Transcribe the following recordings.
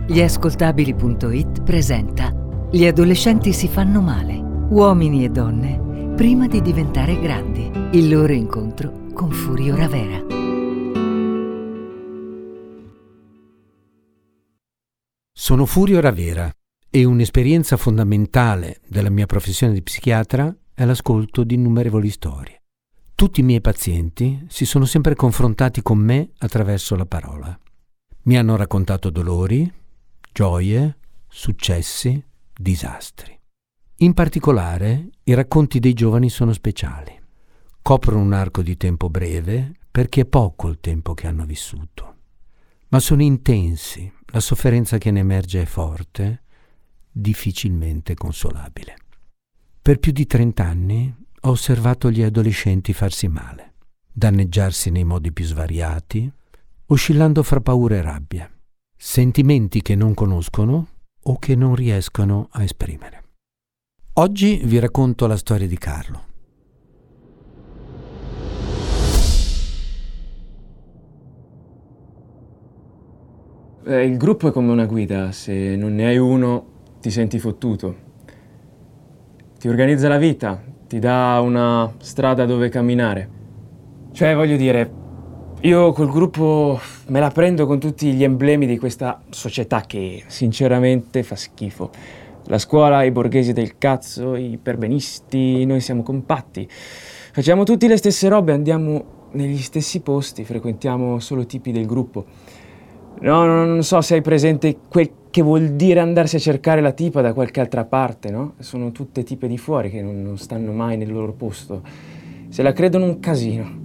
Gliascoltabili.it presenta Gli adolescenti si fanno male. Uomini e donne prima di diventare grandi. Il loro incontro con Furio Ravera. Sono Furio Ravera e un'esperienza fondamentale della mia professione di psichiatra è l'ascolto di innumerevoli storie. Tutti i miei pazienti si sono sempre confrontati con me attraverso la parola. Mi hanno raccontato dolori, gioie, successi, disastri. In particolare, i racconti dei giovani sono speciali. Coprono un arco di tempo breve perché è poco il tempo che hanno vissuto. Ma sono intensi, la sofferenza che ne emerge è forte, difficilmente consolabile. Per più di 30 anni ho osservato gli adolescenti farsi male, danneggiarsi nei modi più svariati, oscillando fra paura e rabbia, sentimenti che non conoscono o che non riescono a esprimere. Oggi vi racconto la storia di Carlo. Il gruppo è come una guida, se non ne hai uno ti senti fottuto. Ti organizza la vita, ti dà una strada dove camminare. Cioè, voglio dire, io col gruppo me la prendo con tutti gli emblemi di questa società che sinceramente fa schifo. La scuola, i borghesi del cazzo, i perbenisti, noi siamo compatti. Facciamo tutti le stesse robe, andiamo negli stessi posti, frequentiamo solo tipi del gruppo. No, non so se hai presente quel che vuol dire andarsi a cercare la tipa da qualche altra parte, no? Sono tutte tipe di fuori che non stanno mai nel loro posto. Se la credono un casino.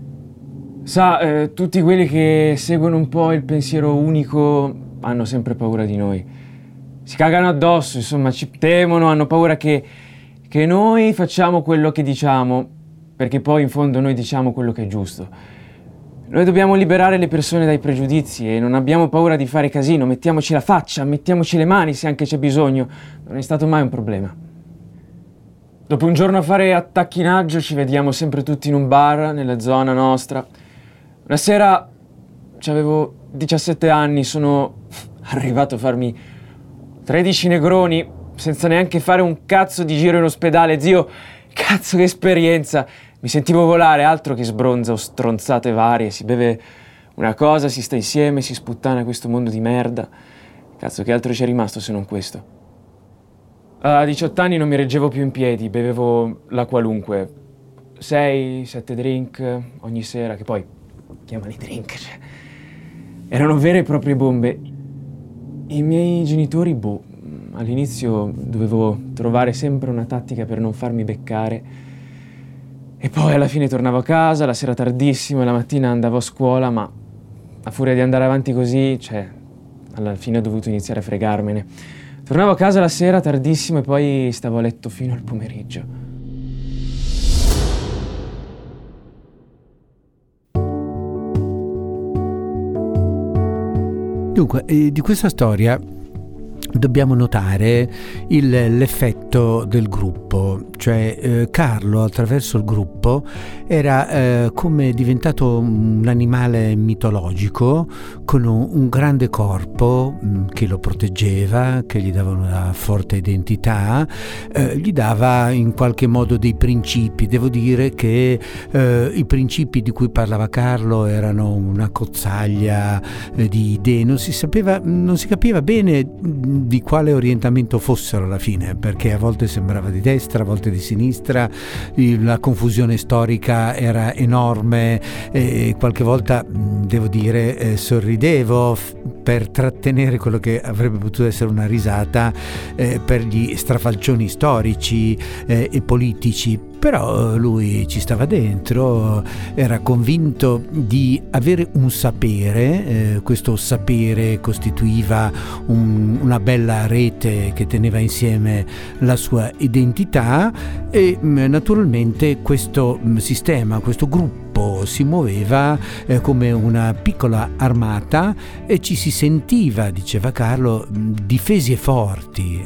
Sa, tutti quelli che seguono un po' il pensiero unico hanno sempre paura di noi. Si cagano addosso, insomma, ci temono, hanno paura che noi facciamo quello che diciamo, perché poi in fondo noi diciamo quello che è giusto. Noi dobbiamo liberare le persone dai pregiudizi e non abbiamo paura di fare casino, mettiamoci la faccia, mettiamoci le mani se anche c'è bisogno, non è stato mai un problema. Dopo un giorno a fare attacchinaggio ci vediamo sempre tutti in un bar nella zona nostra. Una sera, avevo 17 anni, sono arrivato a farmi 13 negroni senza neanche fare un cazzo di giro in ospedale. Zio, cazzo che esperienza! Mi sentivo volare, altro che sbronza o stronzate varie. Si beve una cosa, si sta insieme, si sputtana questo mondo di merda. Cazzo, che altro c'è rimasto se non questo? A 18 anni non mi reggevo più in piedi, bevevo la qualunque. 6-7 drink ogni sera, che poi chiamali drink, cioè. Erano vere e proprie bombe. I miei genitori, all'inizio dovevo trovare sempre una tattica per non farmi beccare. E poi alla fine tornavo a casa, la sera tardissimo e la mattina andavo a scuola, ma a furia di andare avanti così, alla fine ho dovuto iniziare a fregarmene. Tornavo a casa la sera tardissimo e poi stavo a letto fino al pomeriggio. Dunque, di questa storia dobbiamo notare l'effetto del gruppo, cioè Carlo attraverso il gruppo era come diventato un animale mitologico con un grande corpo che lo proteggeva, che gli dava una forte identità, gli dava in qualche modo dei principi. Devo dire che i principi di cui parlava Carlo erano una cozzaglia di idee, non si capiva bene di quale orientamento fossero alla fine, perché a volte sembrava di destra, a volte di sinistra, la confusione storica era enorme e qualche volta, devo dire, sorridevo per trattenere quello che avrebbe potuto essere una risata per gli strafalcioni storici e politici. Però lui ci stava dentro, era convinto di avere un sapere, questo sapere costituiva una bella rete che teneva insieme la sua identità e naturalmente questo sistema, questo gruppo si muoveva come una piccola armata e ci si sentiva, diceva Carlo, difesi e forti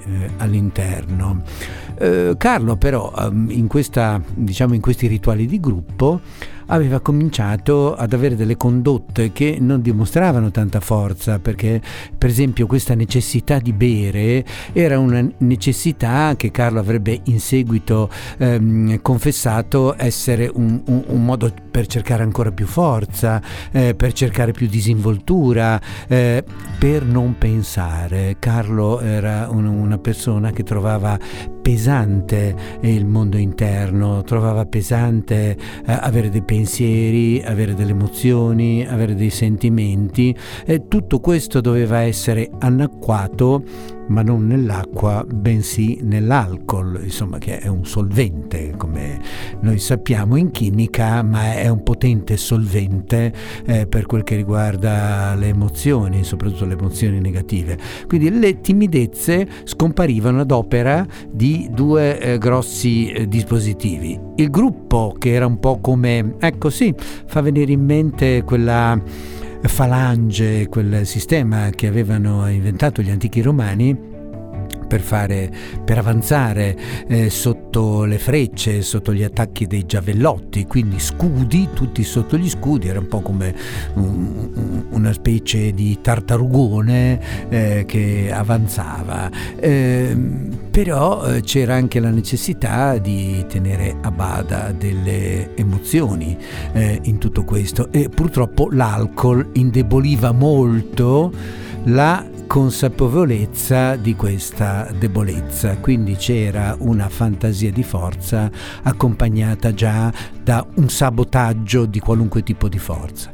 all'interno. Carlo però in questi rituali di gruppo aveva cominciato ad avere delle condotte che non dimostravano tanta forza, perché per esempio questa necessità di bere era una necessità che Carlo avrebbe in seguito confessato essere un modo per cercare ancora più forza, per cercare più disinvoltura, per non pensare. Carlo era una persona che trovava pesante il mondo interno, trovava pesante avere dei pensieri, avere delle emozioni, avere dei sentimenti, e tutto questo doveva essere annacquato, ma non nell'acqua, bensì nell'alcol, insomma, che è un solvente, come noi sappiamo in chimica, ma è un potente solvente per quel che riguarda le emozioni, soprattutto le emozioni negative. Quindi le timidezze scomparivano ad opera di due grossi dispositivi. Il gruppo, che era un po' come, ecco sì, fa venire in mente quella falange, quel sistema che avevano inventato gli antichi romani per avanzare sotto le frecce, sotto gli attacchi dei giavellotti, quindi scudi, tutti sotto gli scudi, era un po' come una specie di tartarugone che avanzava, però c'era anche la necessità di tenere a bada delle emozioni in tutto questo, e purtroppo l'alcol indeboliva molto la consapevolezza di questa debolezza, quindi c'era una fantasia di forza accompagnata già da un sabotaggio di qualunque tipo di forza.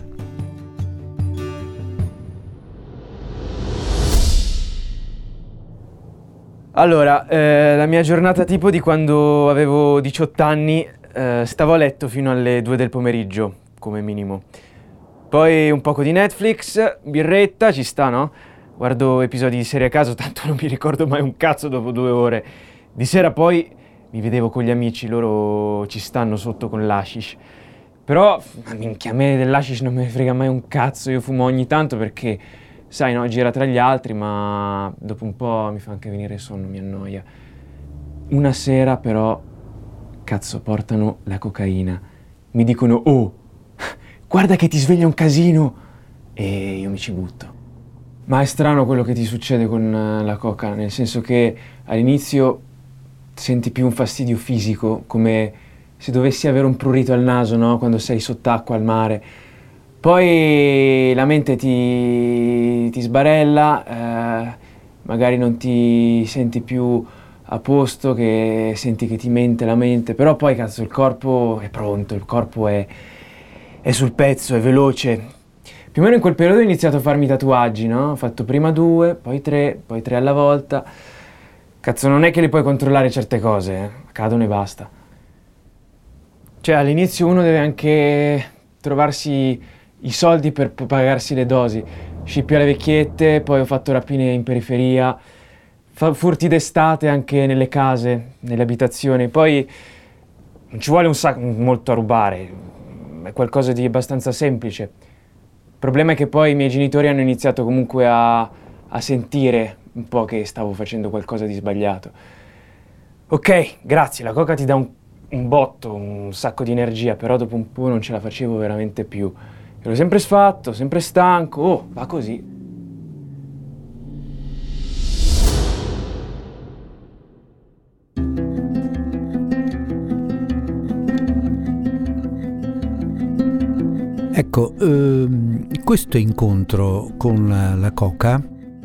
Allora, la mia giornata tipo di quando avevo 18 anni, stavo a letto fino alle 2 del pomeriggio, come minimo. Poi un poco di Netflix, birretta, ci sta, no? Guardo episodi di serie a caso, tanto non mi ricordo mai un cazzo dopo 2 ore. Di sera poi mi vedevo con gli amici, loro ci stanno sotto con l'hashish. Però, minchia, a me dell'hashish non me ne frega mai un cazzo, io fumo ogni tanto perché, sai, no, gira tra gli altri, ma dopo un po' mi fa anche venire sonno, mi annoia. Una sera però, cazzo, portano la cocaina. Mi dicono, oh, guarda che ti sveglia un casino! E io mi ci butto. Ma è strano quello che ti succede con la coca, nel senso che all'inizio senti più un fastidio fisico, come se dovessi avere un prurito al naso, no? Quando sei sott'acqua al mare. Poi la mente ti sbarella, magari non ti senti più a posto, che senti che ti mente la mente, però poi cazzo il corpo è pronto, il corpo è sul pezzo, è veloce. Più o meno in quel periodo ho iniziato a farmi tatuaggi, no? Ho fatto prima 2, poi 3 alla volta. Cazzo, non è che li puoi controllare certe cose, accadono e basta. Cioè, all'inizio uno deve anche trovarsi i soldi per pagarsi le dosi. Scippi alle vecchiette, poi ho fatto rapine in periferia, furti d'estate anche nelle case, nelle abitazioni. Poi non ci vuole molto a rubare, è qualcosa di abbastanza semplice. Il problema è che poi i miei genitori hanno iniziato comunque a sentire un po' che stavo facendo qualcosa di sbagliato. Ok, grazie, la coca ti dà un botto, un sacco di energia, però dopo un po' non ce la facevo veramente più. Ero sempre sfatto, sempre stanco, va così. Ecco, questo incontro con la coca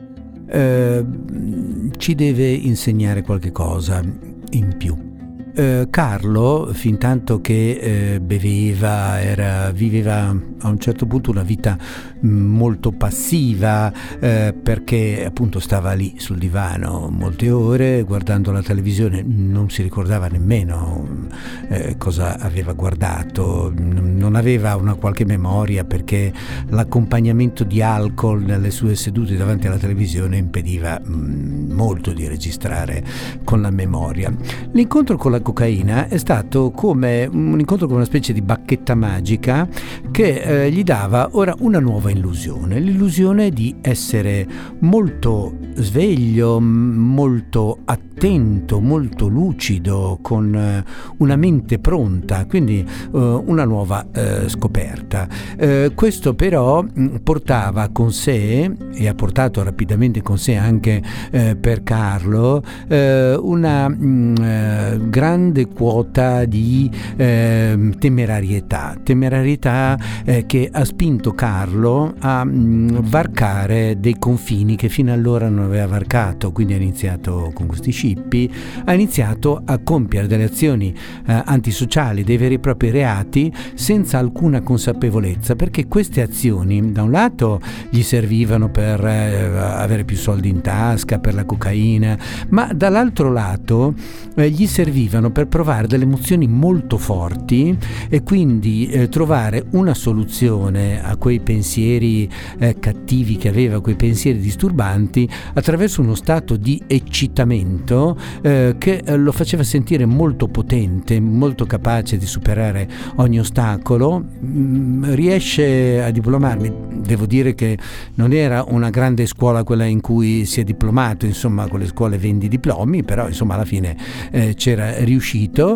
ci deve insegnare qualche cosa in più. Carlo, fin tanto che beveva, viveva a un certo punto una vita molto passiva, perché appunto stava lì sul divano molte ore guardando la televisione, non si ricordava nemmeno cosa aveva guardato, non aveva una qualche memoria, perché l'accompagnamento di alcol nelle sue sedute davanti alla televisione impediva molto di registrare con la memoria. L'incontro con la cocaina è stato come un incontro con una specie di bacchetta magica che gli dava ora una nuova illusione, l'illusione di essere molto sveglio, molto attento, molto lucido, con una mente pronta, quindi una nuova scoperta. Questo però portava con sé, e ha portato rapidamente con sé anche per Carlo, una grande quota di temerarietà che ha spinto Carlo a varcare dei confini che fino allora non aveva varcato. Quindi ha iniziato con questi scippi, ha iniziato a compiere delle azioni antisociali, dei veri e propri reati, senza alcuna consapevolezza, perché queste azioni da un lato gli servivano per avere più soldi in tasca, per la cocaina, ma dall'altro lato gli servivano per provare delle emozioni molto forti e quindi trovare una soluzione a quei pensieri cattivi che aveva, quei pensieri disturbanti, attraverso uno stato di eccitamento che lo faceva sentire molto potente, molto capace di superare ogni ostacolo. Riesce a diplomarmi. Devo dire che non era una grande scuola quella in cui si è diplomato, insomma, con le scuole vendi diplomi, però insomma alla fine c'era riuscito,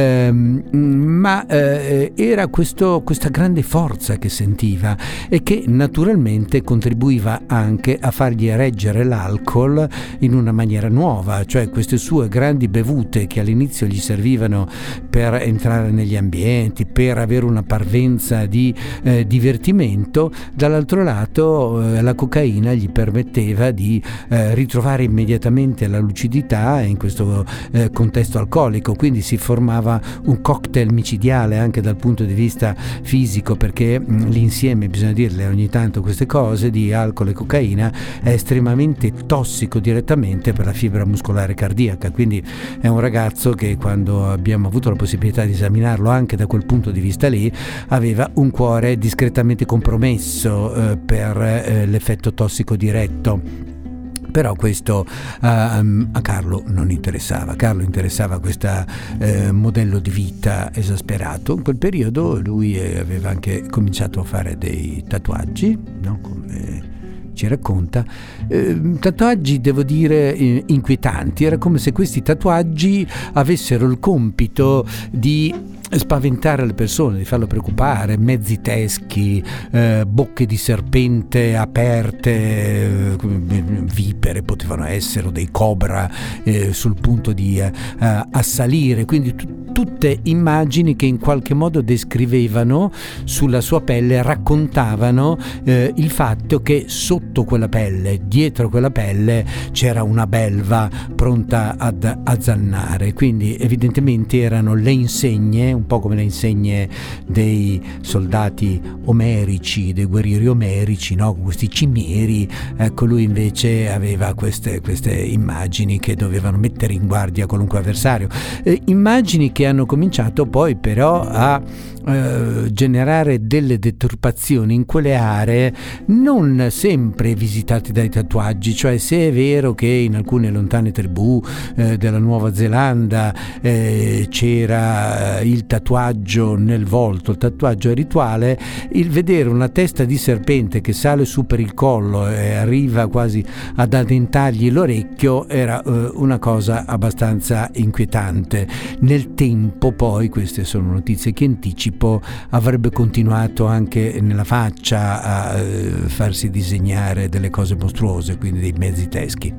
ma era questa grande forza che sentiva e che naturalmente contribuiva anche a fargli reggere l'alcol in una maniera nuova, cioè queste sue grandi bevute che all'inizio gli servivano per entrare negli ambienti, per avere una parvenza di divertimento, dall'altro lato la cocaina gli permetteva di ritrovare immediatamente la lucidità in questo contesto alcolico, quindi si formava un cocktail micidiale anche dal punto di vista fisico, perché l'insieme, bisogna dirle ogni tanto queste cose, di alcol e cocaina è estremamente tossico direttamente per la fibra muscolare cardiaca. Quindi è un ragazzo che, quando abbiamo avuto la possibilità di esaminarlo anche da quel punto di vista lì, aveva un cuore discretamente compromesso per l'effetto tossico diretto. Però questo a Carlo non interessava. Carlo interessava questo modello di vita esasperato. In quel periodo lui aveva anche cominciato a fare dei tatuaggi, no? Come ci racconta, tatuaggi, devo dire, inquietanti. Era come se questi tatuaggi avessero il compito di spaventare le persone, di farlo preoccupare. Mezzi teschi, bocche di serpente aperte, vipere potevano essere, o dei cobra sul punto di assalire, quindi tutte immagini che in qualche modo descrivevano sulla sua pelle, raccontavano il fatto che sotto quella pelle, dietro quella pelle, c'era una belva pronta ad azzannare. Quindi evidentemente erano le insegne, un po' come le insegne dei soldati omerici, dei guerrieri omerici, no? Questi cimieri. Ecco, lui invece aveva queste immagini che dovevano mettere in guardia qualunque avversario, immagini che hanno cominciato poi però a generare delle deturpazioni in quelle aree non sempre visitate dai tatuaggi. Cioè, se è vero che in alcune lontane tribù della Nuova Zelanda c'era il tatuaggio nel volto, il tatuaggio rituale, il vedere una testa di serpente che sale su per il collo e arriva quasi ad addentargli l'orecchio era una cosa abbastanza inquietante. Nel tempo poi, queste sono notizie che anticipo, avrebbe continuato anche nella faccia a farsi disegnare delle cose mostruose, quindi dei mezzi teschi.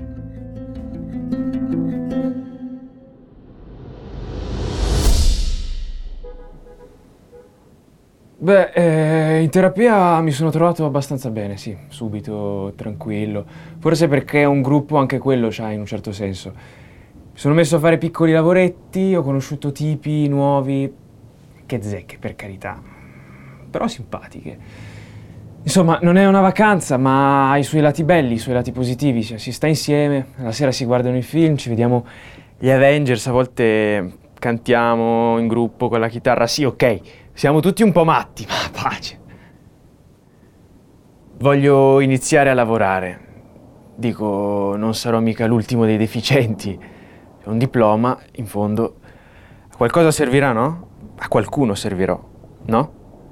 In terapia mi sono trovato abbastanza bene, sì, subito, tranquillo. Forse perché è un gruppo, anche quello c'ha in un certo senso. Mi sono messo a fare piccoli lavoretti, ho conosciuto tipi nuovi, che zecche, per carità, però simpatiche. Insomma, non è una vacanza, ma ha i suoi lati belli, i suoi lati positivi. Si sta insieme, la sera si guardano i film, ci vediamo gli Avengers, a volte cantiamo in gruppo con la chitarra. Sì, ok, siamo tutti un po' matti, ma pace. Voglio iniziare a lavorare. Dico, non sarò mica l'ultimo dei deficienti. Ho un diploma, in fondo, qualcosa servirà, no? A qualcuno servirò, no?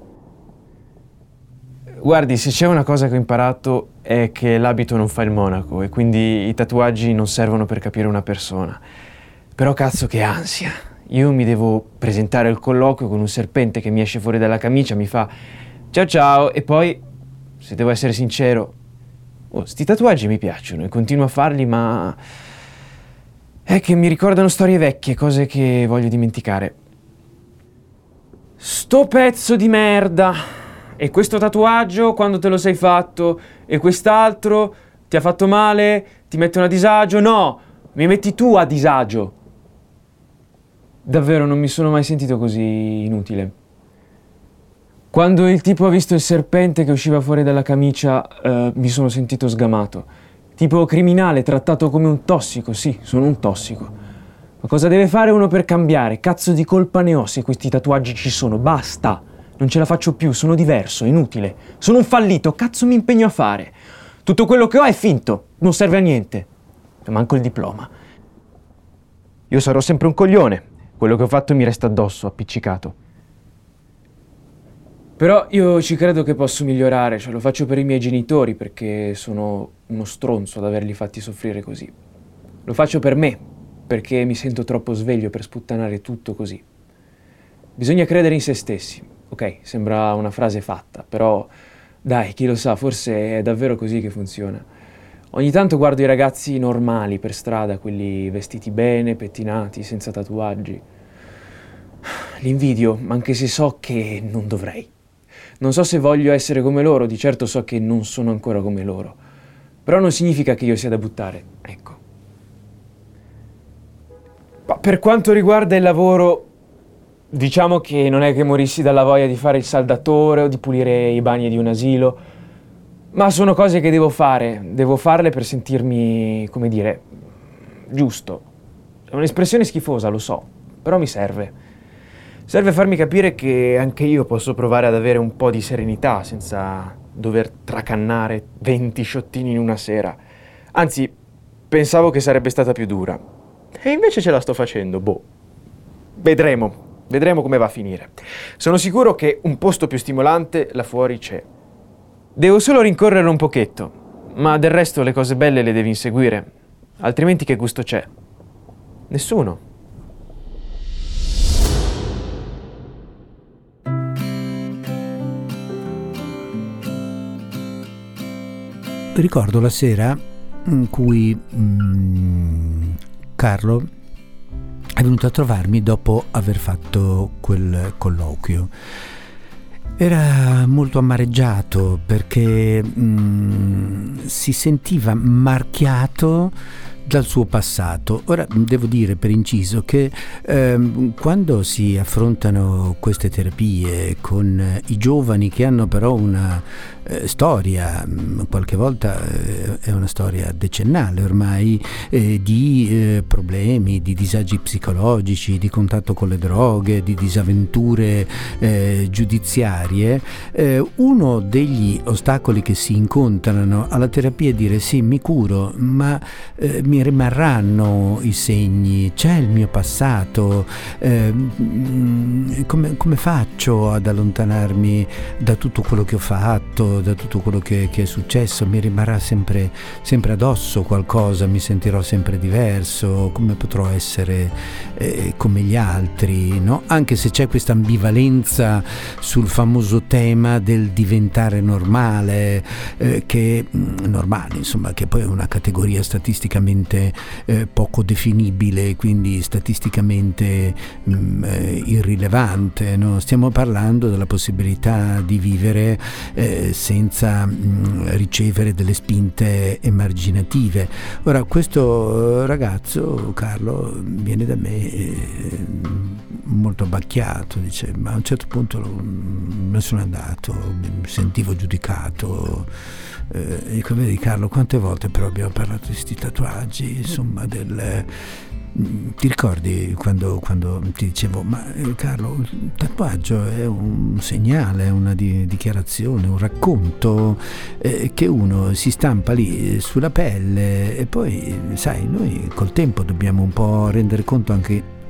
Guardi, se c'è una cosa che ho imparato è che l'abito non fa il monaco e quindi i tatuaggi non servono per capire una persona. Però cazzo che ansia. Io mi devo presentare al colloquio con un serpente che mi esce fuori dalla camicia, mi fa ciao ciao e poi, se devo essere sincero, sti tatuaggi mi piacciono e continuo a farli, ma è che mi ricordano storie vecchie, cose che voglio dimenticare. Sto pezzo di merda! E questo tatuaggio quando te lo sei fatto? E quest'altro ti ha fatto male? Ti mettono a disagio? No! Mi metti tu a disagio! Davvero non mi sono mai sentito così inutile. Quando il tipo ha visto il serpente che usciva fuori dalla camicia, mi sono sentito sgamato. Tipo criminale, trattato come un tossico. Sì, sono un tossico. Ma cosa deve fare uno per cambiare? Cazzo di colpa ne ho se questi tatuaggi ci sono? Basta! Non ce la faccio più, sono diverso, inutile. Sono un fallito, cazzo mi impegno a fare? Tutto quello che ho è finto, non serve a niente. E manco il diploma. Io sarò sempre un coglione. Quello che ho fatto mi resta addosso, appiccicato. Però io ci credo che posso migliorare, cioè lo faccio per i miei genitori perché sono uno stronzo ad averli fatti soffrire così. Lo faccio per me, perché mi sento troppo sveglio per sputtanare tutto così. Bisogna credere in se stessi. Ok, sembra una frase fatta, però dai, chi lo sa, forse è davvero così che funziona. Ogni tanto guardo i ragazzi normali per strada, quelli vestiti bene, pettinati, senza tatuaggi. Li invidio, anche se so che non dovrei. Non so se voglio essere come loro, di certo so che non sono ancora come loro. Però non significa che io sia da buttare, ecco. Ma per quanto riguarda il lavoro, diciamo che non è che morissi dalla voglia di fare il saldatore o di pulire i bagni di un asilo, ma sono cose che devo fare, devo farle per sentirmi, come dire, giusto. È un'espressione schifosa, lo so, però mi serve. Serve farmi capire che anche io posso provare ad avere un po' di serenità senza dover tracannare 20 sciottini in una sera. Anzi, pensavo che sarebbe stata più dura. E invece ce la sto facendo, boh. Vedremo come va a finire. Sono sicuro che un posto più stimolante là fuori c'è. Devo solo rincorrere un pochetto, ma del resto le cose belle le devi inseguire, altrimenti che gusto c'è? Nessuno. Ricordo la sera in cui Carlo è venuto a trovarmi dopo aver fatto quel colloquio. Era molto amareggiato perché si sentiva marchiato dal suo passato. Ora devo dire per inciso che quando si affrontano queste terapie con i giovani che hanno però una storia, qualche volta è una storia decennale ormai, di problemi, di disagi psicologici, di contatto con le droghe, di disavventure giudiziarie, uno degli ostacoli che si incontrano alla terapia è dire sì, mi curo, ma mi rimarranno i segni, c'è il mio passato, come faccio ad allontanarmi da tutto quello che ho fatto, da tutto quello che è successo? Mi rimarrà sempre addosso qualcosa, mi sentirò sempre diverso, come potrò essere come gli altri, no? Anche se c'è questa ambivalenza sul famoso tema del diventare normale, che normale, insomma, che poi è una categoria statisticamente poco definibile, quindi statisticamente irrilevante, no? Stiamo parlando della possibilità di vivere senza ricevere delle spinte emarginative. Ora, questo ragazzo, Carlo, viene da me molto abbacchiato, dice, ma a un certo punto me ne sono andato, mi sentivo giudicato. Dico, vedi Carlo, quante volte però abbiamo parlato di questi tatuaggi, insomma, ti ricordi quando ti dicevo, ma Carlo, il tatuaggio è un segnale, una dichiarazione, un racconto che uno si stampa lì sulla pelle e poi, sai, noi col tempo dobbiamo un po' rendere conto anche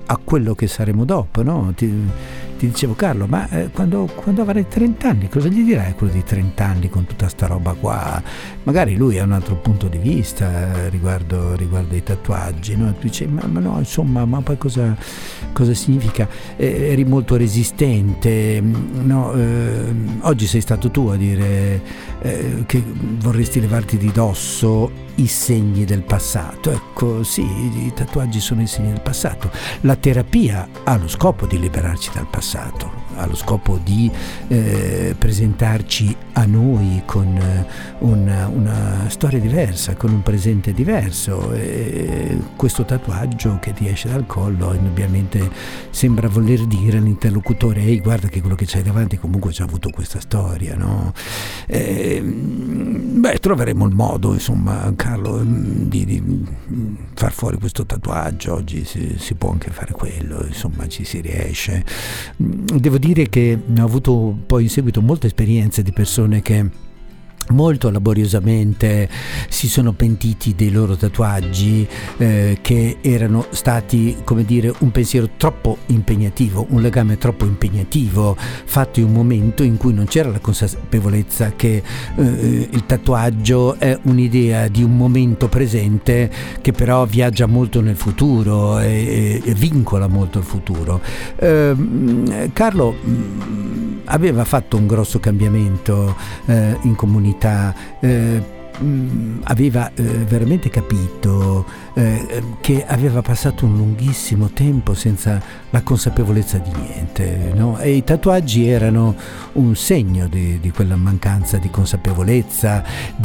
a quello che saremo dopo, no? Ti dicevo, Carlo, ma quando avrai 30 anni, cosa gli dirai a quello di 30 anni con tutta sta roba qua? Magari lui ha un altro punto di vista riguardo i tatuaggi, no? Tu dici, ma no, insomma, ma poi cosa significa? Eri molto resistente, no? Oggi sei stato tu a dire che vorresti levarti di dosso i segni del passato. Ecco, sì, i tatuaggi sono i segni del passato. La terapia ha lo scopo di liberarci dal passato, ha lo scopo di presentarci a noi con una storia diversa, con un presente diverso. E questo tatuaggio che ti esce dal collo indubbiamente sembra voler dire all'interlocutore: ehi, guarda che quello che c'hai davanti comunque ci ha avuto questa storia, no? Troveremo il modo, insomma, Carlo, di far fuori questo tatuaggio. Oggi si può anche fare quello, insomma, ci si riesce. Devo dire che ho avuto poi in seguito molte esperienze di persone che molto laboriosamente si sono pentiti dei loro tatuaggi, che erano stati, come dire, un pensiero troppo impegnativo, un legame troppo impegnativo, fatto in un momento in cui non c'era la consapevolezza che il tatuaggio è un'idea di un momento presente che però viaggia molto nel futuro e vincola molto il futuro. Carlo aveva fatto un grosso cambiamento in comunità, aveva veramente capito che aveva passato un lunghissimo tempo senza la consapevolezza di niente, no? E i tatuaggi erano un segno di quella mancanza di consapevolezza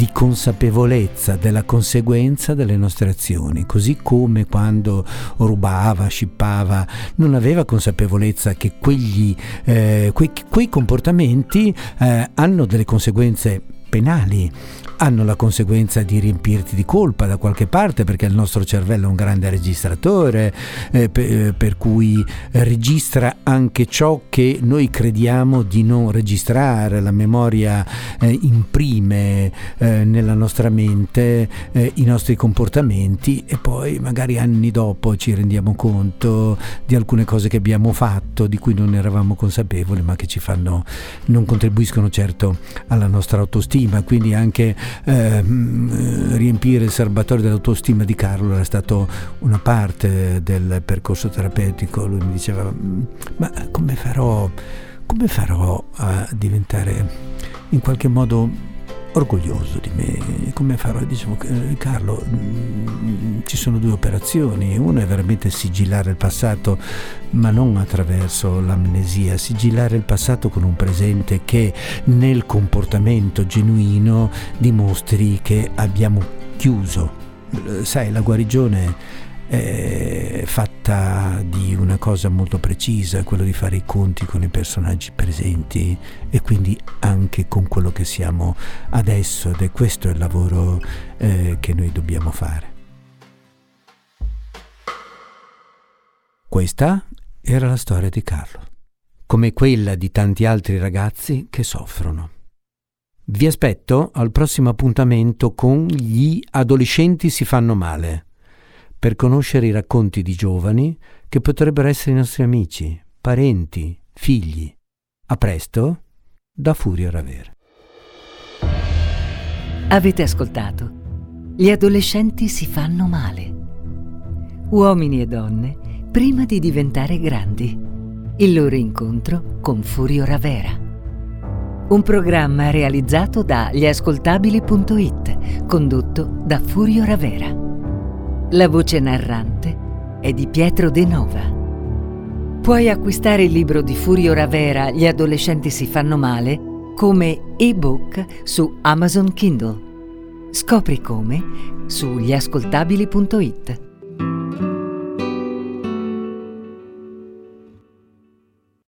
della conseguenza delle nostre azioni, così come quando rubava, scippava, non aveva consapevolezza che quei comportamenti hanno delle conseguenze penali, hanno la conseguenza di riempirti di colpa da qualche parte, perché il nostro cervello è un grande registratore, per cui registra anche ciò che noi crediamo di non registrare. La memoria imprime nella nostra mente i nostri comportamenti, e poi magari anni dopo ci rendiamo conto di alcune cose che abbiamo fatto di cui non eravamo consapevoli, ma che non contribuiscono certo alla nostra autostima. Quindi anche riempire il serbatoio dell'autostima di Carlo era stato una parte del percorso terapeutico. Lui mi diceva: ma come farò a diventare in qualche modo orgoglioso di me? Come farò? E dicevo: Carlo, ci sono due operazioni. Una è veramente sigillare il passato, ma non attraverso l'amnesia, sigillare il passato con un presente che nel comportamento genuino dimostri che abbiamo chiuso. Sai, la guarigione è fatta di una cosa molto precisa, quello di fare i conti con i personaggi presenti e quindi anche con quello che siamo adesso, ed è questo il lavoro che noi dobbiamo fare. Questa era la storia di Carlo, come quella di tanti altri ragazzi che soffrono. Vi aspetto al prossimo appuntamento con Gli adolescenti si fanno male, per conoscere i racconti di giovani che potrebbero essere i nostri amici, parenti, figli. A presto, da Furio Ravera. Avete ascoltato Gli adolescenti si fanno male. Uomini e donne prima di diventare grandi. Il loro incontro con Furio Ravera. Un programma realizzato da gliascoltabili.it, condotto da Furio Ravera. La voce narrante è di Pietro De Nova. Puoi acquistare il libro di Furio Ravera, Gli adolescenti si fanno male, come ebook su Amazon Kindle. Scopri come su gliascoltabili.it.